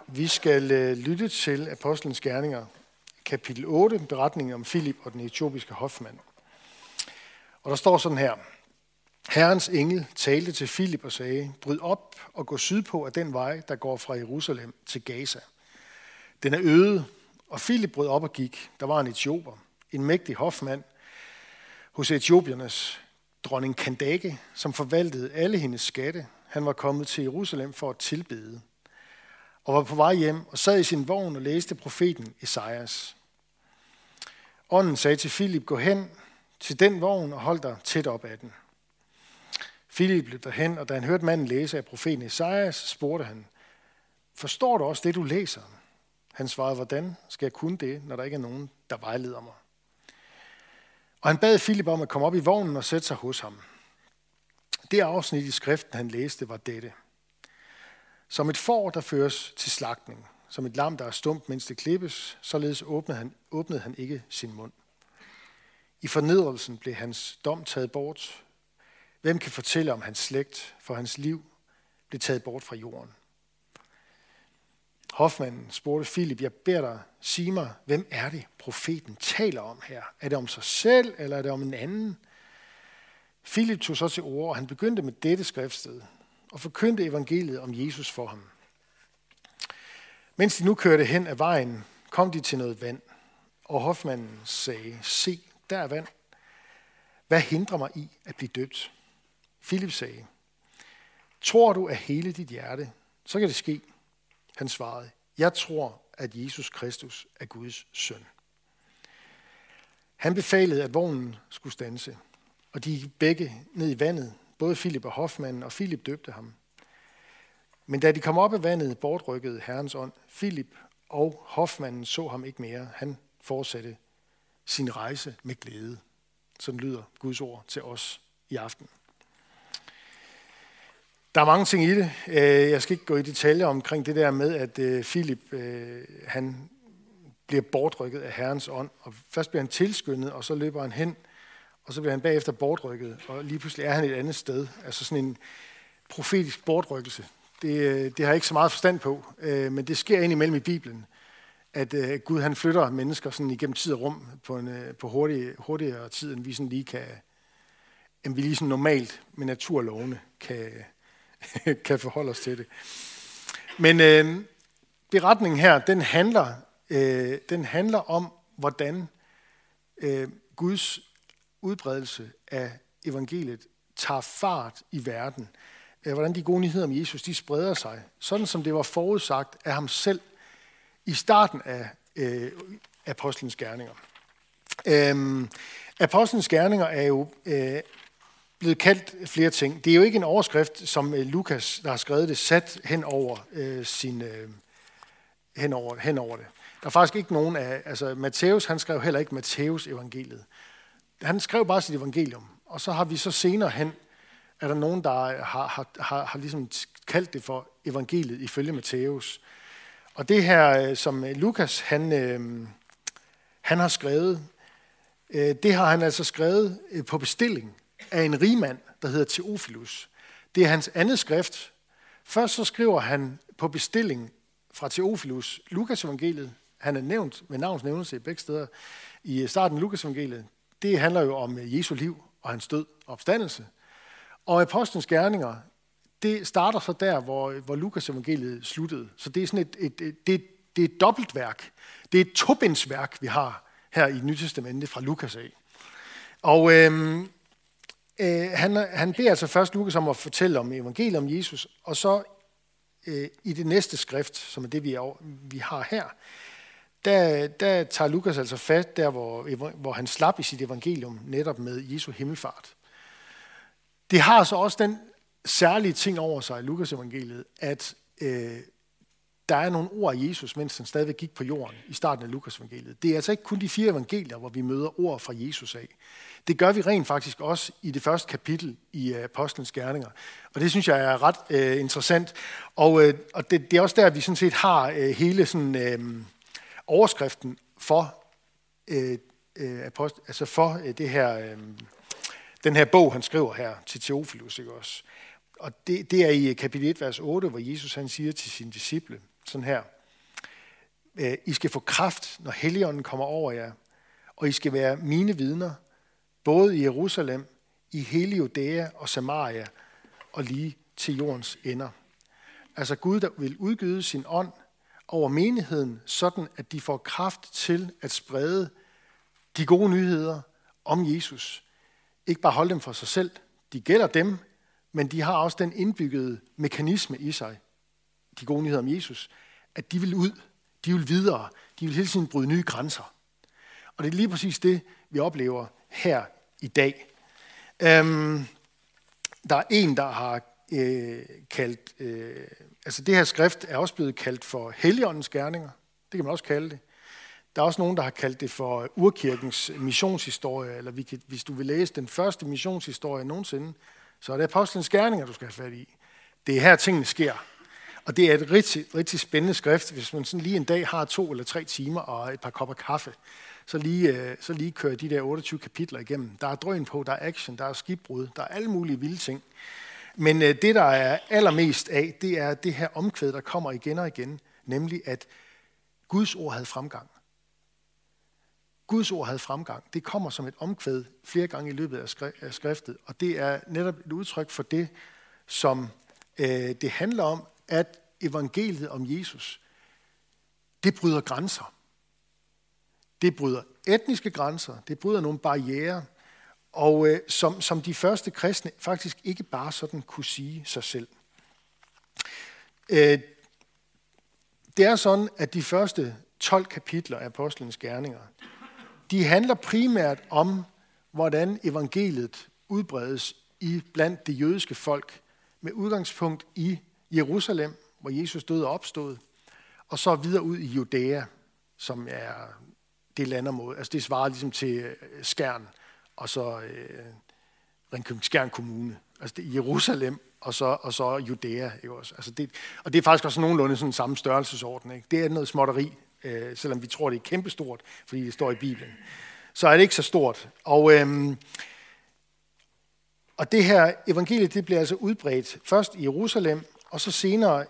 Vi skal lytte til Apostlenes Gerninger, kapitel 8, beretningen om Filip og den etiopiske hofmand. Og der står sådan her: Herrens engel talte til Filip og sagde: Bryd op og gå sydpå af den vej, der går fra Jerusalem til Gaza. Den er øde, og Filip brød op og gik. Der var en etioper, en mægtig hofmand hos etiopiernes dronning Kandake, som forvaltede alle hendes skatte. Han var kommet til Jerusalem for at tilbede, og var på vej hjem og sad i sin vogn og læste profeten Esajas. Ånden sagde til Filip: Gå hen til den vogn og hold dig tæt op ad den. Filip løb derhen, og da han hørte manden læse af profeten Esajas, spurgte han: Forstår du også det, du læser? Han svarede: Hvordan skal jeg kunne det, når der ikke er nogen, der vejleder mig? Og han bad Filip om at komme op i vognen og sætte sig hos ham. Det afsnit i skriften, han læste, var dette: Som et får, der føres til slagtning, som et lam, der er stumt, mens det klippes, således åbnede han ikke sin mund. I fornedrelsen blev hans dom taget bort. Hvem kan fortælle om hans slægt, for hans liv blev taget bort fra jorden? Hofmanden spurgte Filip: Jeg beder dig, sig mig, hvem er det, profeten taler om her? Er det om sig selv, eller er det om en anden? Filip tog så til orde, og han begyndte med dette skriftsted og forkyndte evangeliet om Jesus for ham. Mens de nu kørte hen ad vejen, kom de til noget vand, og hofmanden sagde: Se, der er vand. Hvad hindrer mig i at blive døbt? Filip sagde: Tror du af hele dit hjerte, så kan det ske. Han svarede: Jeg tror, at Jesus Kristus er Guds søn. Han befalede, at vognen skulle standse, og de gik begge ned i vandet, både Filip og hofmanden, og Filip døbte ham. Men da de kom op af vandet, bortrykkede Herrens ånd. Filip og hofmanden så ham ikke mere. Han fortsatte sin rejse med glæde. Sådan lyder Guds ord til os i aften. Der er mange ting i det. Jeg skal ikke gå i detaljer omkring det der med, at Filip han bliver bortrykket af Herrens ånd. Og først bliver han tilskyndet, og så løber han hen, og så bliver han bagefter bortrykket, og lige pludselig er han et andet sted. Altså sådan en profetisk bortrykkelse. Det har jeg ikke så meget forstand på, men det sker indimellem i Bibelen, at Gud han flytter mennesker sådan igennem tid og rum på hurtigere tid, end vi sådan lige sådan normalt med naturlovene kan forholde os til det. Men beretningen her, den handler om, hvordan Guds udbredelse af evangeliet tager fart i verden. Hvordan de gode nyheder om Jesus, de spreder sig, sådan som det var forudsagt af ham selv i starten af Apostlenes Gerninger. Apostlenes Gerninger er jo blevet kaldt flere ting. Det er jo ikke en overskrift, som Lukas, der har skrevet det, sat hen over det. Der er faktisk ikke nogen af, altså Matthæus, han skrev heller ikke Matthæus evangeliet. Han skrev bare sit evangelium, og så har vi så senere hen, er der nogen, der har ligesom kaldt det for evangeliet ifølge Matthæus. Og det her, som Lukas han har skrevet, det har han altså skrevet på bestilling af en rigmand, der hedder Theophilus. Det er hans andet skrift. Først så skriver han på bestilling fra Theophilus Lukas evangeliet. Han er nævnt med navns nævnelse i begge steder i starten af Lukas evangeliet. Det handler jo om Jesu liv og hans død og opstandelse. Og Apostlenes Gerninger, det starter så der, hvor Lukas evangeliet sluttede. Så det er sådan det er et dobbeltværk. Det er et tobindsværk, vi har her i Nye Testamentet fra Lukas af. Og han beder altså først Lukas om at fortælle om evangeliet om Jesus, og så i det næste skrift, som er det, vi har her, der tager Lukas altså fat der, hvor han slap i sit evangelium netop med Jesu himmelfart. Det har så også den særlige ting over sig i Lukas evangeliet, at der er nogle ord af Jesus, mens han stadigvæk gik på jorden i starten af Lukas evangeliet. Det er altså ikke kun de 4 evangelier, hvor vi møder ord fra Jesus af. Det gør vi rent faktisk også i det første kapitel i Apostlenes Gerninger. Og det synes jeg er ret interessant. Og det er også der, vi sådan set har hele sådan, overskriften for, det her, den her bog, han skriver her til Theophilus, ikke også? Og det er i kapitel 1, vers 8, hvor Jesus han siger til sine disciple sådan her: I skal få kraft, når Helligånden kommer over jer, og I skal være mine vidner, både i Jerusalem, i hele Judæa og Samaria, og lige til jordens ender. Altså Gud, der vil udgyde sin ånd over menigheden, sådan at de får kraft til at sprede de gode nyheder om Jesus. Ikke bare holde dem for sig selv. De gælder dem, men de har også den indbyggede mekanisme i sig, de gode nyheder om Jesus, at de vil ud, de vil videre, de vil hele tiden bryde nye grænser. Og det er lige præcis det, vi oplever her i dag. Der er en, der har kaldt, altså det her skrift er også blevet kaldt for Helligåndens gerninger. Det kan man også kalde det. Der er også nogen, der har kaldt det for urkirkens missionshistorie, eller hvis du vil læse den første missionshistorie nogensinde, så er det apostlenes gerninger, du skal have fat i. Det er her, tingene sker. Og det er et rigtig, rigtig spændende skrift, hvis man sådan lige en dag har 2 eller 3 timer og et par kopper kaffe, så lige kører de der 28 kapitler igennem. Der er drøn på, der er action, der er skibbrud, der er alle mulige vilde ting. Men det, der er allermest af, det er det her omkvæd, der kommer igen og igen, nemlig at Guds ord havde fremgang. Guds ord havde fremgang. Det kommer som et omkvæd flere gange i løbet af skriftet, og det er netop et udtryk for det, som det handler om, at evangeliet om Jesus, det bryder grænser. Det bryder etniske grænser, det bryder nogle barrierer, og som de første kristne faktisk ikke bare sådan kunne sige sig selv. Det er sådan, at de første 12 kapitler af apostlenes gerninger, de handler primært om, hvordan evangeliet udbredes blandt det jødiske folk, med udgangspunkt i Jerusalem, hvor Jesus døde og opstod, og så videre ud i Judæa, som er det landområde. Altså det svarer ligesom til Skjern, og så Ringkøbing-Skjern Kommune. Altså det er Jerusalem, og så Judæa. Ikke også? Altså og det er faktisk også nogenlunde sådan samme størrelsesorden. Ikke? Det er noget småtteri, selvom vi tror, det er kæmpestort, fordi det står i Bibelen. Så er det ikke så stort. Og det her evangeliet, det bliver altså udbredt først i Jerusalem, og så senere,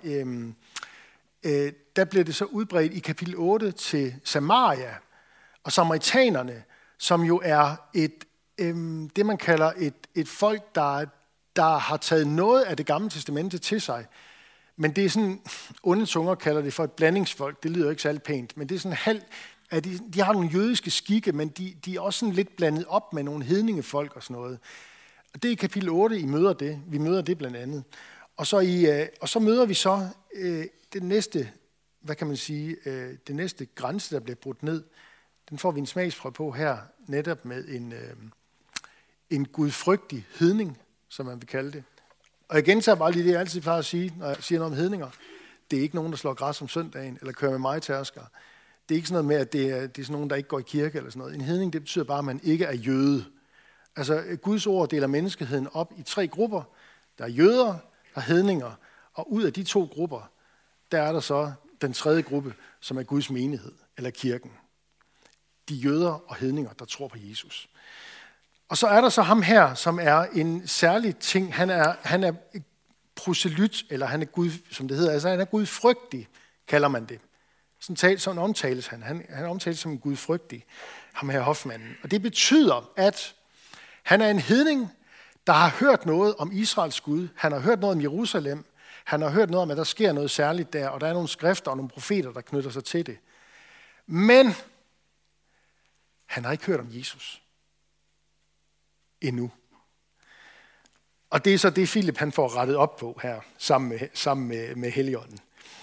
der bliver det så udbredt i kapitel 8 til Samaria og samaritanerne, som jo er det, man kalder et folk, der har taget noget af det gamle testamente til sig. Men det er sådan, onde tunger kalder det for et blandingsfolk. Det lyder ikke særlig pænt, men det er sådan de har nogle jødiske skikke, men de er også sådan lidt blandet op med nogle hedningefolk og sådan noget. Og det er i kapitel 8, I møder det. Vi møder det blandt andet. Og så møder vi så det næste, hvad kan man sige, det næste grænse, der bliver brudt ned. Den får vi en smagsprøve på her, netop med en gudfrygtig hedning, som man vil kalde det. Og jeg gentager bare lige det, jeg altid plejer at sige, når jeg siger noget om hedninger. Det er ikke nogen, der slår græs om søndagen, eller kører med majtærsker. Det er ikke sådan noget med, at det er sådan nogen, der ikke går i kirke eller sådan noget. En hedning, det betyder bare, at man ikke er jøde. Altså, Guds ord deler menneskeheden op i 3 grupper. Der er jøder, der er hedninger, og ud af de 2 grupper, der er der så den 3. gruppe, som er Guds menighed, eller kirken. De jøder og hedninger, der tror på Jesus. Og så er der så ham her, som er en særlig ting. Han er proselyt, eller han er Gud, som det hedder. Altså han er gudfrygtig, kalder man det. Sådan omtales han. Han omtales som en gudfrygtig, ham her hofmanden. Og det betyder, at han er en hedning, der har hørt noget om Israels Gud. Han har hørt noget om Jerusalem. Han har hørt noget om, at der sker noget særligt der, og der er nogle skrifter og nogle profeter, der knytter sig til det. Men han har ikke hørt om Jesus endnu. Og det er så det, Filip han får rettet op på her, sammen med Helligånden.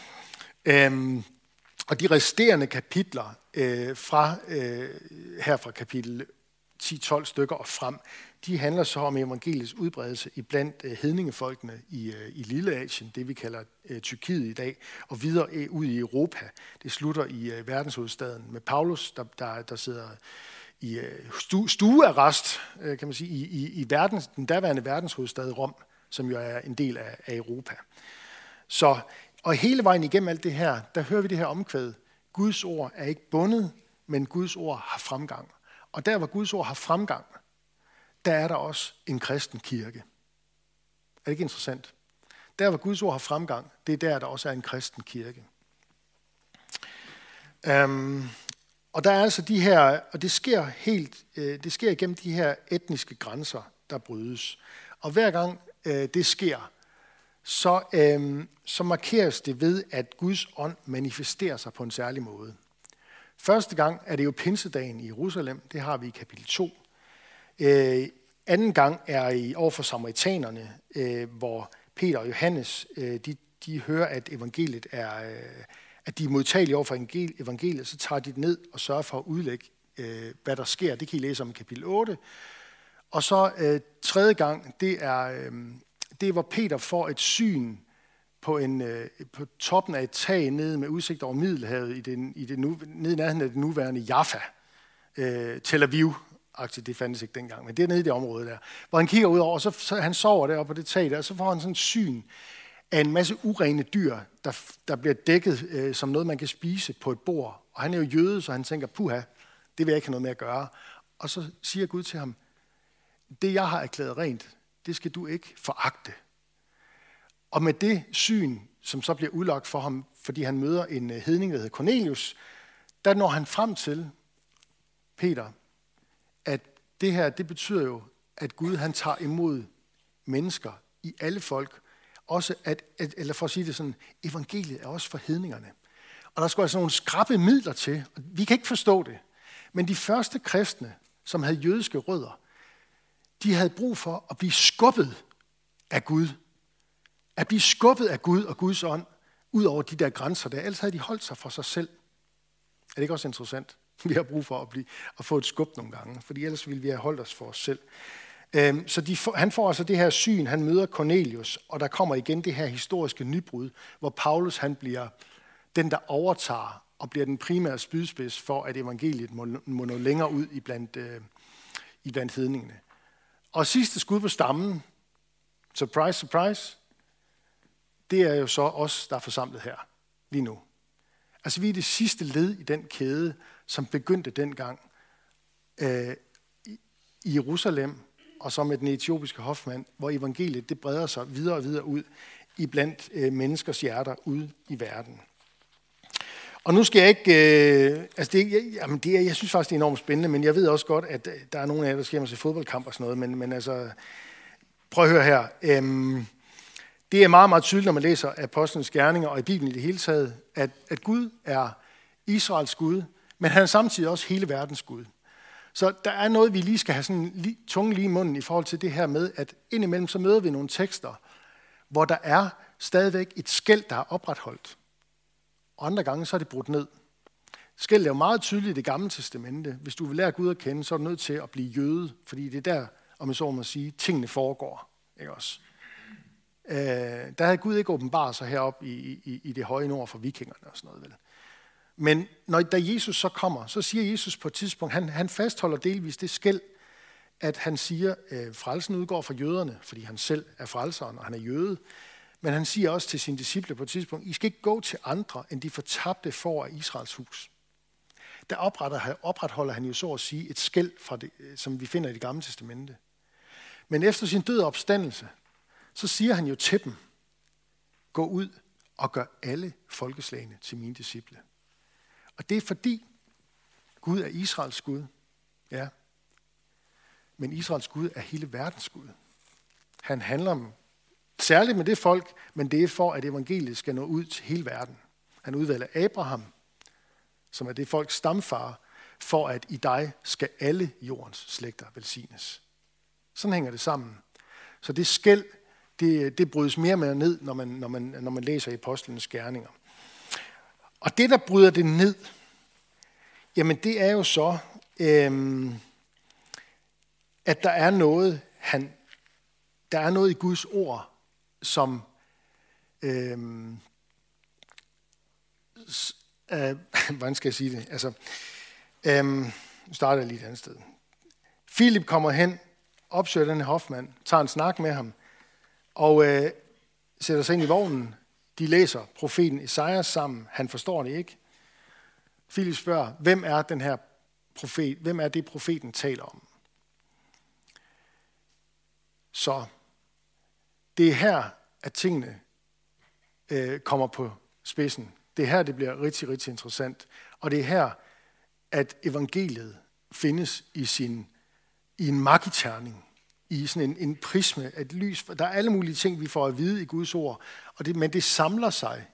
Og de resterende kapitler her fra kapitel 10-12 stykker og frem, de handler så om evangeliets udbredelse iblandt hedningefolkene i Lilleasien, det vi kalder Tyrkiet i dag, og videre ud i Europa. Det slutter i verdenshovedstaden med Paulus, der sidder i stuearrest, kan man sige, i den daværende verdenshovedstad Rom, som jo er en del af Europa. Og hele vejen igennem alt det her, der hører vi det her omkvæd. Guds ord er ikke bundet, men Guds ord har fremgang. Og der, hvor Guds ord har fremgang, der er der også en kristen kirke. Er det ikke interessant? Der, hvor Guds ord har fremgang, det er der også er en kristen kirke. Og der er altså de her, og det sker igennem de her etniske grænser, der brydes. Og hver gang det sker, så markeres det ved, at Guds ånd manifesterer sig på en særlig måde. Første gang er det jo pinsedagen i Jerusalem, det har vi i kapitel 2. Anden gang er overfor samaritanerne, hvor Peter og Johannes, de hører, at evangeliet at de er modtagelige over for evangeliet, så tager de det ned og sørger for at udlægge, hvad der sker. Det kan I læse om i kapitel 8. Og så tredje gang, det er, hvor Peter får et syn på toppen af et tag nede med udsigt over Middelhavet nede i nærheden af det nuværende Jaffa, Tel Aviv-agtigt, det fandtes ikke dengang, men det er nede i det område der, hvor han kigger ud over, og så han sover deroppe på det tag der, og så får han sådan et syn af en masse urene dyr, der bliver dækket som noget, man kan spise på et bord. Og han er jo jøde, så han tænker, puha, det vil jeg ikke have noget med at gøre. Og så siger Gud til ham, det jeg har erklæret rent, det skal du ikke foragte. Og med det syn, som så bliver udlagt for ham, fordi han møder en hedning, der hedder Cornelius, der når han frem til, Peter, at det her, det betyder jo, at Gud han tager imod mennesker i alle folk, også eller for at sige det sådan, evangeliet er også for hedningerne. Og der skulle altså nogle skrappe midler til, og vi kan ikke forstå det, men de første kristne, som havde jødiske rødder, de havde brug for at blive skubbet af Gud. At blive skubbet af Gud og Guds ånd ud over de der grænser der. Ellers havde de holdt sig for sig selv. Er det ikke også interessant? Vi har brug for at få et skub nogle gange, fordi ellers ville vi have holdt os for os selv. Så han får altså det her syn, han møder Cornelius, og der kommer igen det her historiske nybrud, hvor Paulus han bliver den, der overtager og bliver den primære spydspids for, at evangeliet må nå længere ud iblandt hedningene. Og sidste skud på stammen, surprise, surprise, det er jo så os, der er forsamlet her lige nu. Altså vi er det sidste led i den kæde, som begyndte dengang i Jerusalem, og så med den etiopiske hofmand, hvor evangeliet det breder sig videre og videre ud i blandt menneskers hjerter ude i verden. Og nu skal jeg ikke, jeg synes faktisk, det er enormt spændende, men jeg ved også godt, at der er nogle af jer, der skal hjem og se fodboldkamp og sådan noget, men altså, prøv at høre her. Det er meget, meget tydeligt, når man læser apostlenes gerninger og i Bibelen i det hele taget, at Gud er Israels Gud, men han er samtidig også hele verdens Gud. Så der er noget, vi lige skal have sådan tungen lige i munden i forhold til det her med, at indimellem så møder vi nogle tekster, hvor der er stadigvæk et skel, der er opretholdt. Og andre gange så er det brudt ned. Skel er jo meget tydeligt i det gamle testamente. Hvis du vil lære Gud at kende, så er du nødt til at blive jøde, fordi det er der, om jeg så må sige, tingene foregår. Ikke også? Der havde Gud ikke åbenbart sig heroppe i det høje nord for vikingerne og sådan noget, vel? Men da Jesus så kommer, så siger Jesus på et tidspunkt, han fastholder delvis det skel, at han siger, frelsen udgår fra jøderne, fordi han selv er frelseren, og han er jøde. Men han siger også til sine disciple på et tidspunkt, I skal ikke gå til andre, end de fortabte får af Israels hus. Der opretholder han jo så at sige et skel, fra det, som vi finder i det gamle testamente. Men efter sin død og opstandelse, så siger han jo til dem, gå ud og gør alle folkeslagene til mine disciple. Og det er fordi Gud er Israels Gud, ja. Men Israels Gud er hele verdens Gud. Han handler særligt med det folk, men det er for, at evangeliet skal nå ud til hele verden. Han udvælger Abraham, som er det folks stamfar, for at i dig skal alle jordens slægter velsignes. Sådan hænger det sammen. Så det skel, det brydes mere og mere ned, når man læser i apostlenes gerninger. Og det, der bryder det ned, jamen det er jo så, at der er noget i Guds ord, som hvordan skal jeg sige det? Altså, nu starter jeg lige et andet sted. Filip kommer hen, opsøger den her hofmand, tager en snak med ham, og sætter sig ind i vognen. De læser profeten Esajas sammen. Han forstår det ikke. Filip spørger, hvem er den her profet? Hvem er det, profeten taler om? Så det er her, at tingene kommer på spidsen. Det er her, det bliver rigtig, rigtig interessant. Og det er her, at evangeliet findes i en magiterning, i sådan en prisme, et lys. Der er alle mulige ting, vi får at vide i Guds ord, men det samler sig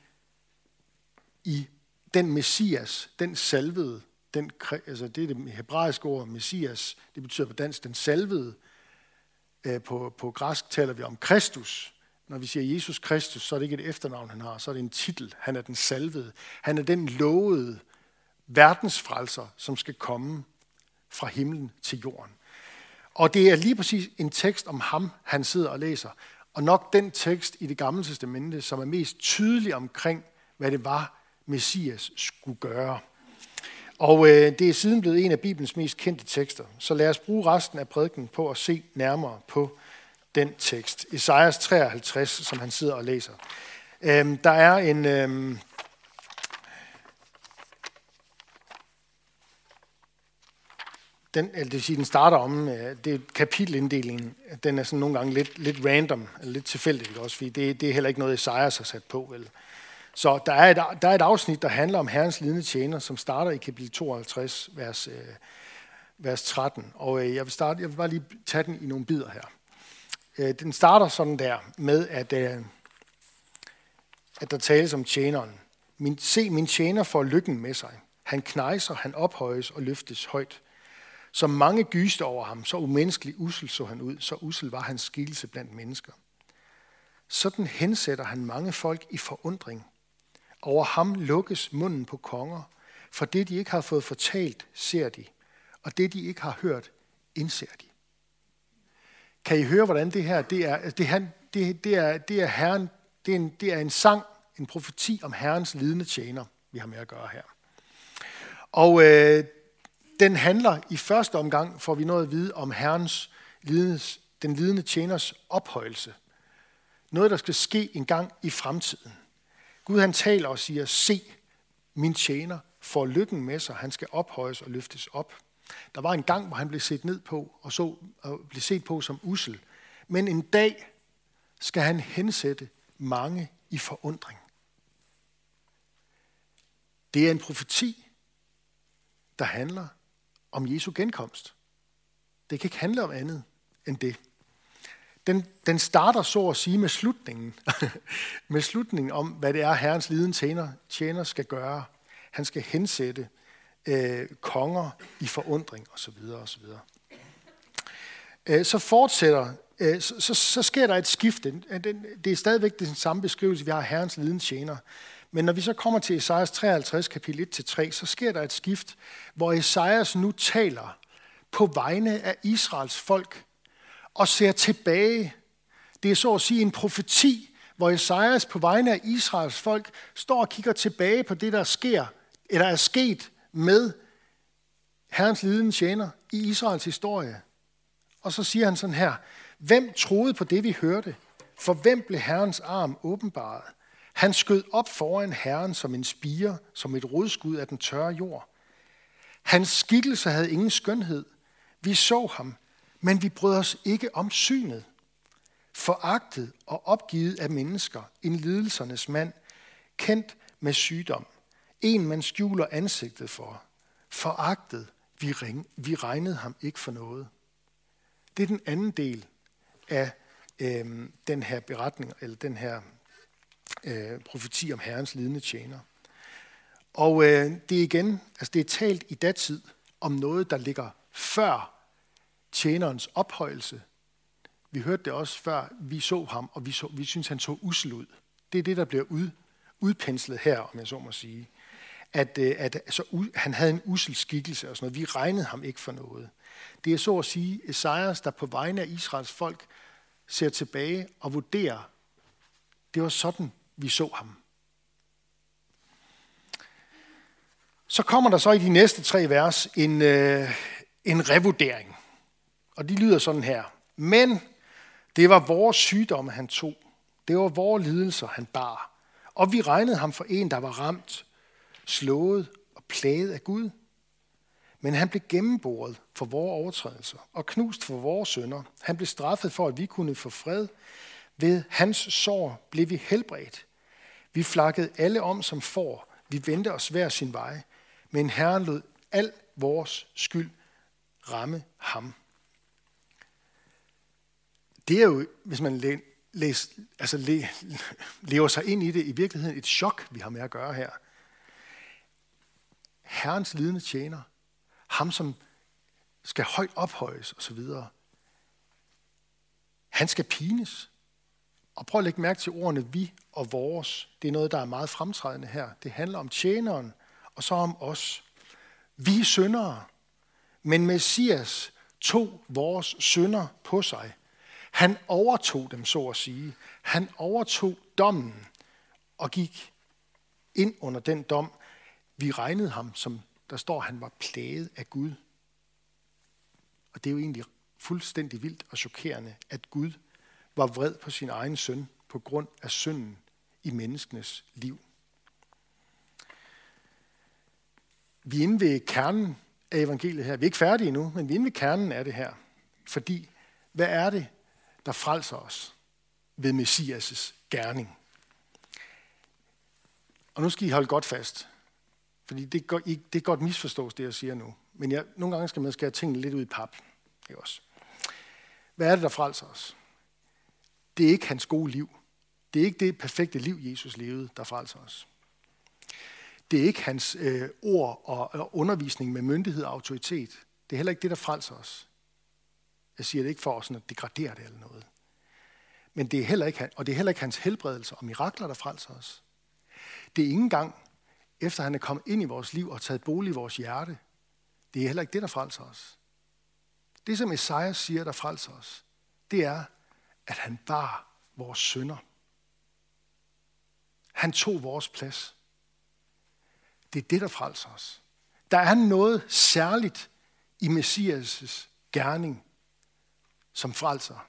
i den Messias, den salvede, altså det er det hebraiske ord, Messias, det betyder på dansk den salvede. På græsk taler vi om Kristus. Når vi siger Jesus Kristus, så er det ikke et efternavn, han har, så er det en titel. Han er den salvede. Han er den lovede verdensfrelser, som skal komme fra himlen til jorden. Og det er lige præcis en tekst om ham, han sidder og læser. Og nok den tekst i Det Gamle Testamente, som er mest tydelig omkring, hvad det var, Messias skulle gøre. Og det er siden blevet en af Bibelens mest kendte tekster. Så lad os bruge resten af prædiken på at se nærmere på den tekst. Esajas 53, som han sidder og læser. Der er en... Den starter om, det er kapitelinddelingen, den er sådan nogle gange lidt random, lidt tilfældigt også, fordi det er heller ikke noget, Esajas har sat på, vel. Så der er et afsnit, der handler om Herrens lidende tjener, som starter i kapitel 52, vers 13. Og jeg vil bare lige tage den i nogle bidder her. Den starter sådan der med, at der tales om tjeneren. Se, min tjener får lykken med sig. Han knejser, han ophøjes og løftes højt. Som mange gyste over ham, så umenneskelig ussel så han ud, så ussel var hans skikkelse blandt mennesker. Sådan hensætter han mange folk i forundring. Over ham lukkes munden på konger, for det de ikke har fået fortalt, ser de, og det de ikke har hørt, indser de. Kan I høre, hvordan det her, det er Herren, det er en sang, en profeti om Herrens lidende tjener, vi har med at gøre her. Og den handler i første omgang, får vi noget at vide om Herrens den lidende tjeners ophøjelse. Noget, der skal ske en gang i fremtiden. Gud han taler og siger, se, min tjener får lykken med sig, han skal ophøjes og løftes op. Der var en gang, hvor han blev set ned på og blev set på som ussel. Men en dag skal han hensætte mange i forundring. Det er en profeti, der handler om Jesu genkomst. Det kan ikke handle om andet end det. Den starter så at sige med slutningen. Med slutningen om, hvad det er, Herrens lidende tjener skal gøre. Han skal hensætte konger i forundring osv. osv. Så fortsætter, så sker der et skifte. Det er stadigvæk den samme beskrivelse, vi har af Herrens lidende tjener. Men når vi så kommer til Esajas 53, kapitel 1-3, så sker der et skift, hvor Esajas nu taler på vegne af Israels folk og ser tilbage. Det er så at sige en profeti, hvor Esajas på vegne af Israels folk står og kigger tilbage på det, der sker, eller er sket med Herrens lidende tjener i Israels historie. Og så siger han sådan her, hvem troede på det, vi hørte? For hvem blev Herrens arm åbenbaret? Han skød op foran Herren som en spire, som et rodskud af den tørre jord. Hans skikkelse havde ingen skønhed. Vi så ham, men vi brød os ikke om synet. Foragtet og opgivet af mennesker, en lidelsernes mand, kendt med sygdom. En man skjuler ansigtet for. Foragtet, vi regnede ham ikke for noget. Det er den anden del af den her beretning, eller den her profeti om Herrens lidende tjener. Og det er igen, altså det er talt i datid om noget, der ligger før tjenerens ophøjelse. Vi hørte det også før, vi så ham, og vi synes, han så ussel ud. Det er det, der bliver udpenslet her, om jeg så må sige. Han havde en ussel skikkelse og sådan noget. Vi regnede ham ikke for noget. Det er så at sige Esajas, der på vegne af Israels folk ser tilbage og vurderer, det var sådan, vi så ham. Så kommer der så i de næste 3 vers en revurdering. Og de lyder sådan her. Men det var vores sygdomme, han tog. Det var vores lidelser, han bar. Og vi regnede ham for en, der var ramt, slået og plaget af Gud. Men han blev gennemboret for vores overtrædelser og knust for vores synder. Han blev straffet for, at vi kunne få fred. Ved hans sår blev vi helbredt. Vi flakkede alle om som får. Vi vendte os hver sin vej. Men Herren lod al vores skyld ramme ham. Det er jo, hvis man lever sig ind i det, i virkeligheden et chok, vi har med at gøre her. Herrens lidende tjener, ham som skal højt ophøjes osv., han skal pines. Og prøv at lægge mærke til ordene vi og vores. Det er noget, der er meget fremtrædende her. Det handler om tjeneren, og så om os. Vi er syndere, men Messias tog vores synder på sig. Han overtog dem, så at sige. Han overtog dommen og gik ind under den dom. Vi regnede ham, som der står, han var plaget af Gud. Og det er jo egentlig fuldstændig vildt og chokerende, at Gud var vred på sin egen søn på grund af synden i menneskenes liv. Vi er inde ved kernen af evangeliet her. Vi er ikke færdige endnu, men vi er inde ved kernen af det her. Fordi, hvad er det, der frelser os ved Messias' gerning? Og nu skal I holde godt fast. Fordi det kan godt misforstås, det jeg siger nu. Men nogle gange skal man skære tingene lidt ud i pap. Det også. Hvad er det, der frelser os? Det er ikke hans gode liv. Det er ikke det perfekte liv, Jesus levede, der frelser os. Det er ikke hans ord og undervisning med myndighed og autoritet. Det er heller ikke det, der frelser os. Jeg siger det ikke for sådan at degradere det eller noget. Men det er heller ikke hans helbredelser og mirakler, der frelser os. Det er ikke engang, efter han er kommet ind i vores liv og taget bolig i vores hjerte. Det er heller ikke det, der frelser os. Det, som Esajas siger, der frelser os, det er, at han bar vores synder. Han tog vores plads. Det er det, der frelser os. Der er noget særligt i Messias' gerning, som frelser.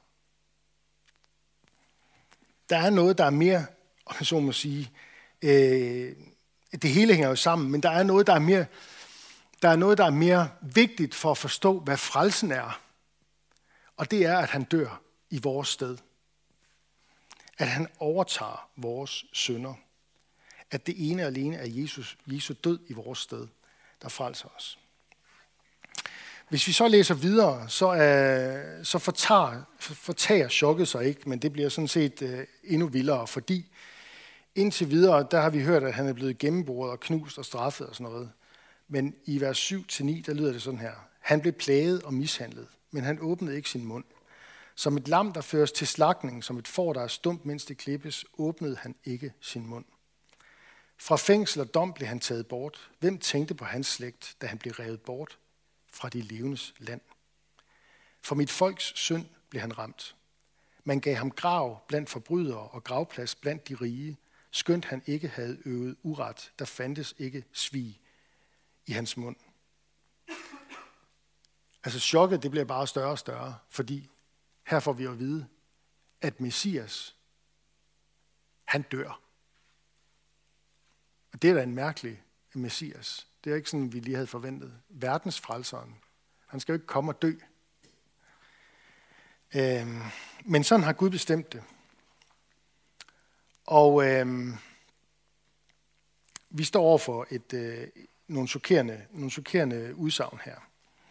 Der er noget, der er mere, og så må sige, det hele hænger jo sammen, men der er noget, der er mere vigtigt for at forstå, hvad frelsen er. Og det er, at han dør i vores sted. At han overtager vores synder. At det ene og alene er Jesu død i vores sted, der frelser os. Hvis vi så læser videre, så fortager chokket sig ikke, men det bliver sådan set endnu vildere, fordi indtil videre, der har vi hørt, at han er blevet gennemboret og knust og straffet og sådan noget. Men i vers 7-9, der lyder det sådan her. Han blev plaget og mishandlet, men han åbnede ikke sin mund. Som et lam, der føres til slagtning, som et får, der er stumt, mens det klippes, åbnede han ikke sin mund. Fra fængsel og dom blev han taget bort. Hvem tænkte på hans slægt, da han blev revet bort fra de levendes land? For mit folks synd blev han ramt. Man gav ham grav blandt forbrydere og gravplads blandt de rige, skønt han ikke havde øvet uret, der fandtes ikke svig i hans mund. Altså chokket, det bliver bare større og større, fordi her får vi at vide, at Messias, han dør. Og det er da en mærkelig Messias. Det er ikke sådan, vi lige havde forventet. Verdens frelseren. Han skal jo ikke komme og dø. Men sådan har Gud bestemt det. Og vi står over for nogle chokerende udsagn her.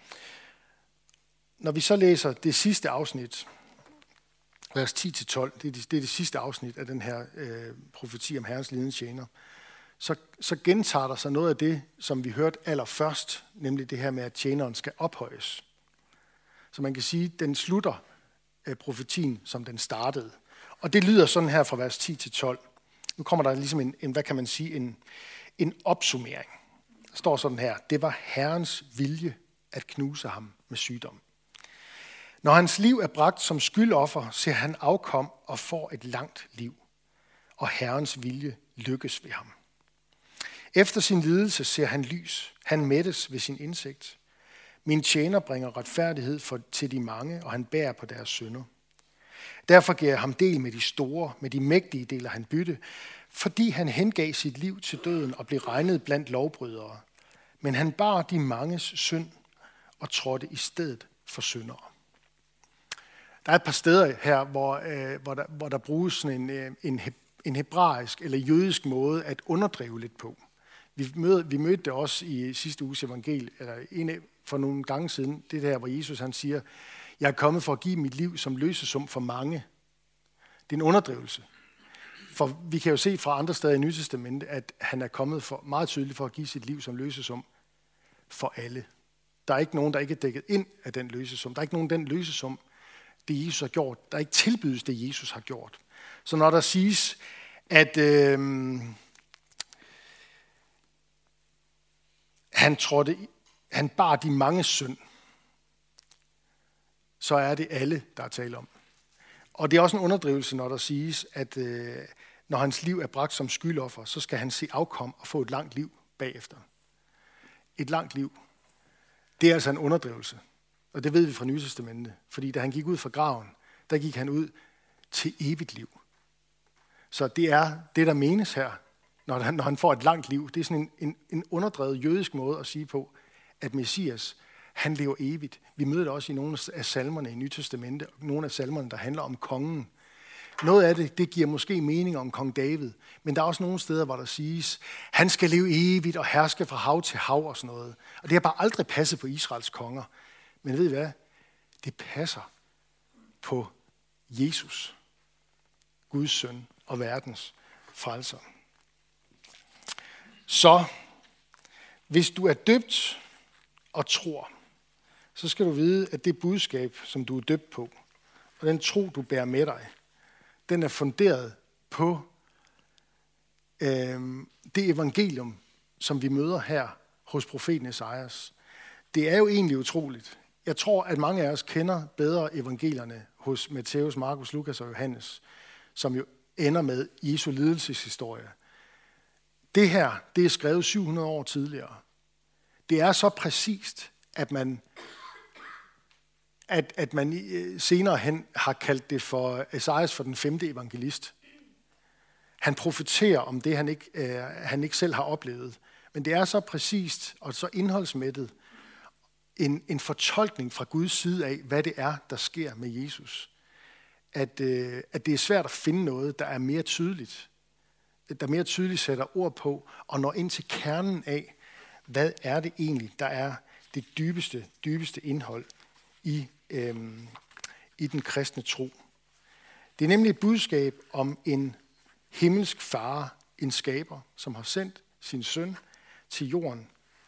Når vi så læser det sidste afsnit, vers 10-12, det er det sidste afsnit af den her profeti om Herrens lidende tjener, så gentager der sig noget af det, som vi hørte allerførst, nemlig det her med, at tjeneren skal ophøjes. Så man kan sige, at den slutter profetien, som den startede. Og det lyder sådan her fra vers 10-12. Nu kommer der ligesom en opsummering. Der står sådan her. Det var Herrens vilje at knuse ham med sygdom. Når hans liv er bragt som skyldoffer, ser han afkom og får et langt liv. Og Herrens vilje lykkes ved ham. Efter sin lidelse ser han lys. Han mættes ved sin indsigt. Min tjener bringer retfærdighed til de mange, og han bærer på deres synder. Derfor giver jeg ham del med de store, med de mægtige deler han bytte, fordi han hengav sit liv til døden og blev regnet blandt lovbrydere. Men han bar de manges synd og trådte i stedet for syndere. Der er et par steder her, hvor der bruges sådan en hebraisk eller jødisk måde at underdrive lidt på. Vi mødte det også i sidste uges evangelie, eller for nogle gange siden, det der, hvor Jesus han siger, jeg er kommet for at give mit liv som løsesum for mange. Det er en underdrivelse. For vi kan jo se fra andre steder i Nye Testamente, at han er kommet for, meget tydeligt for at give sit liv som løsesum for alle. Der er ikke nogen, der ikke er dækket ind af den løsesum. Der er ikke nogen den løsesum, det Jesus har gjort. Der er ikke tilbydes det, Jesus har gjort. Så når der siges, at han bar de mange synd, så er det alle, der er tale om. Og det er også en underdrivelse, når der siges, at når hans liv er bragt som skyldoffer, så skal han se afkom og få et langt liv bagefter. Et langt liv. Det er altså en underdrivelse. Og det ved vi fra Nye Testamentet. Fordi da han gik ud fra graven, der gik han ud til evigt liv. Så det er det, der menes her, når han får et langt liv. Det er sådan en underdrevet jødisk måde at sige på, at Messias, han lever evigt. Vi møder det også i nogle af salmerne i Nye Testamentet, nogle af salmerne, der handler om kongen. Noget af det giver måske mening om kong David, men der er også nogle steder, hvor der siges, han skal leve evigt og herske fra hav til hav og sådan noget. Og det har bare aldrig passet på Israels konger. Men ved I hvad? Det passer på Jesus, Guds søn og verdens frelser. Så hvis du er døbt og tror, så skal du vide, at det budskab, som du er døbt på, og den tro, du bærer med dig, den er funderet på det evangelium, som vi møder her hos profeten Esajas. Det er jo egentlig utroligt. Jeg tror, at mange af os kender bedre evangelierne hos Matthæus, Markus, Lukas og Johannes, som jo ender med Jesu lidelseshistorie. Det her, det er skrevet 700 år tidligere. Det er så præcist, at man senere hen har kaldt det for Esajas for den 5. evangelist. Han profeterer om det, han ikke selv har oplevet. Men det er så præcist og så indholdsmættet en fortolkning fra Guds side af, hvad det er, der sker med Jesus. At det er svært at finde noget, der er mere tydeligt. Der mere tydeligt sætter ord på og når ind til kernen af, hvad er det egentlig, der er det dybeste indhold i den kristne tro. Det er nemlig et budskab om en himmelsk far, en skaber, som har sendt sin søn til jorden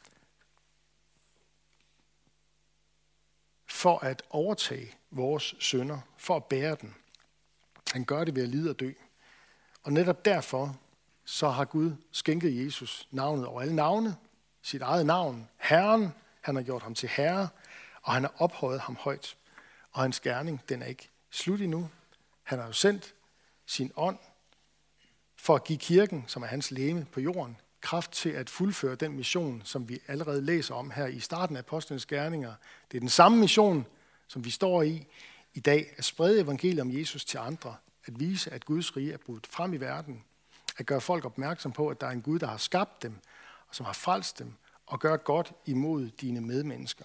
for at overtage vores synder, for at bære den. Han gør det ved at lide og dø. Og netop derfor så har Gud skænket Jesus navnet over alle navne, sit eget navn, Herren. Han har gjort ham til herre, og han har ophøjet ham højt. Og hans gerning, den er ikke slut endnu. Han har jo sendt sin ånd for at give kirken, som er hans legeme på jorden, kraft til at fuldføre den mission, som vi allerede læser om her i starten af apostlenes gerninger. Det er den samme mission, som vi står i dag, at sprede evangeliet om Jesus til andre, at vise, at Guds rige er brudt frem i verden, at gøre folk opmærksom på, at der er en Gud, der har skabt dem, og som har frelst dem, og gør godt imod dine medmennesker.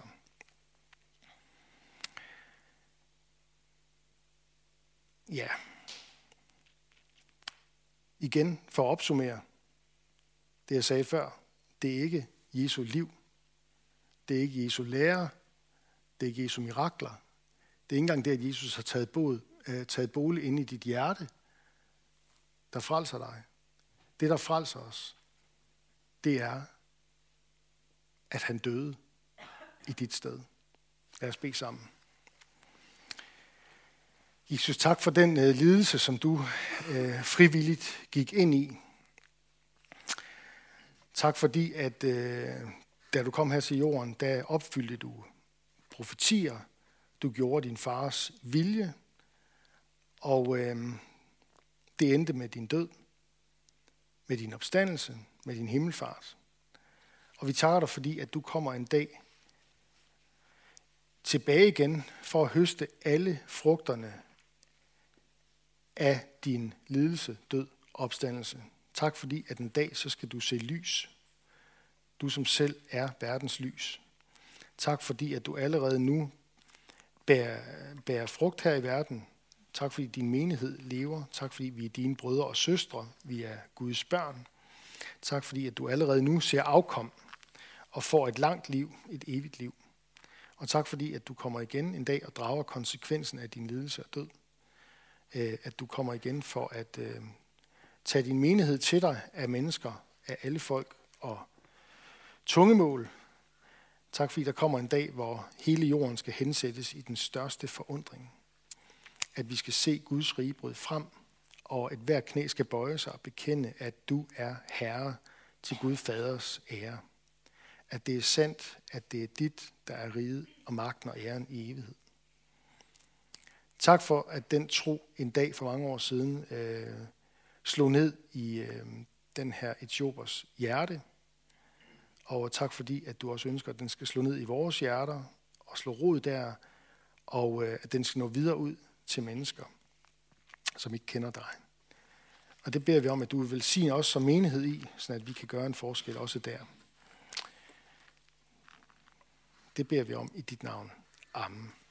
Ja. Igen, for at opsummere det, jeg sagde før, det er ikke Jesu liv, det er ikke Jesu lære, det er ikke Jesu mirakler, det er ikke engang det, at Jesus har taget bolig inde i dit hjerte, der frelser dig. Det, der frelser os, det er, at han døde i dit sted. Lad os bede sammen. Jesus, tak for den lidelse, som du frivilligt gik ind i. Tak fordi, at da du kom her til jorden, der opfyldte du profetier. Du gjorde din fars vilje, og det endte med din død, med din opstandelse, med din himmelfart. Og vi takker dig, fordi at du kommer en dag tilbage igen for at høste alle frugterne af din lidelse, død og opstandelse. Tak fordi, at en dag så skal du se lys. Du som selv er verdens lys. Tak fordi, at du allerede nu bærer frugt her i verden Tak fordi din menighed lever. Tak fordi vi er dine brødre og søstre. Vi er Guds børn. Tak fordi at du allerede nu ser afkom og får et langt liv, et evigt liv. Og tak fordi at du kommer igen en dag og drager konsekvensen af din lidelse og død. At du kommer igen for at tage din menighed til dig af mennesker, af alle folk og tungemål. Tak fordi der kommer en dag, hvor hele jorden skal hensættes i den største forundring. At vi skal se Guds rige bryde frem, og at hver knæ skal bøje sig og bekende, at du er Herre til Gud Faders ære. At det er sandt, at det er dit, der er riget og magten og æren i evighed. Tak for, at den tro en dag for mange år siden slog ned i den her etiopers hjerte. Og tak fordi, at du også ønsker, at den skal slå ned i vores hjerter og slå rod der, og at den skal nå videre ud til mennesker, som ikke kender dig. Og det beder vi om, at du vil velsigne os som menighed i, så at vi kan gøre en forskel også der. Det beder vi om i dit navn. Amen.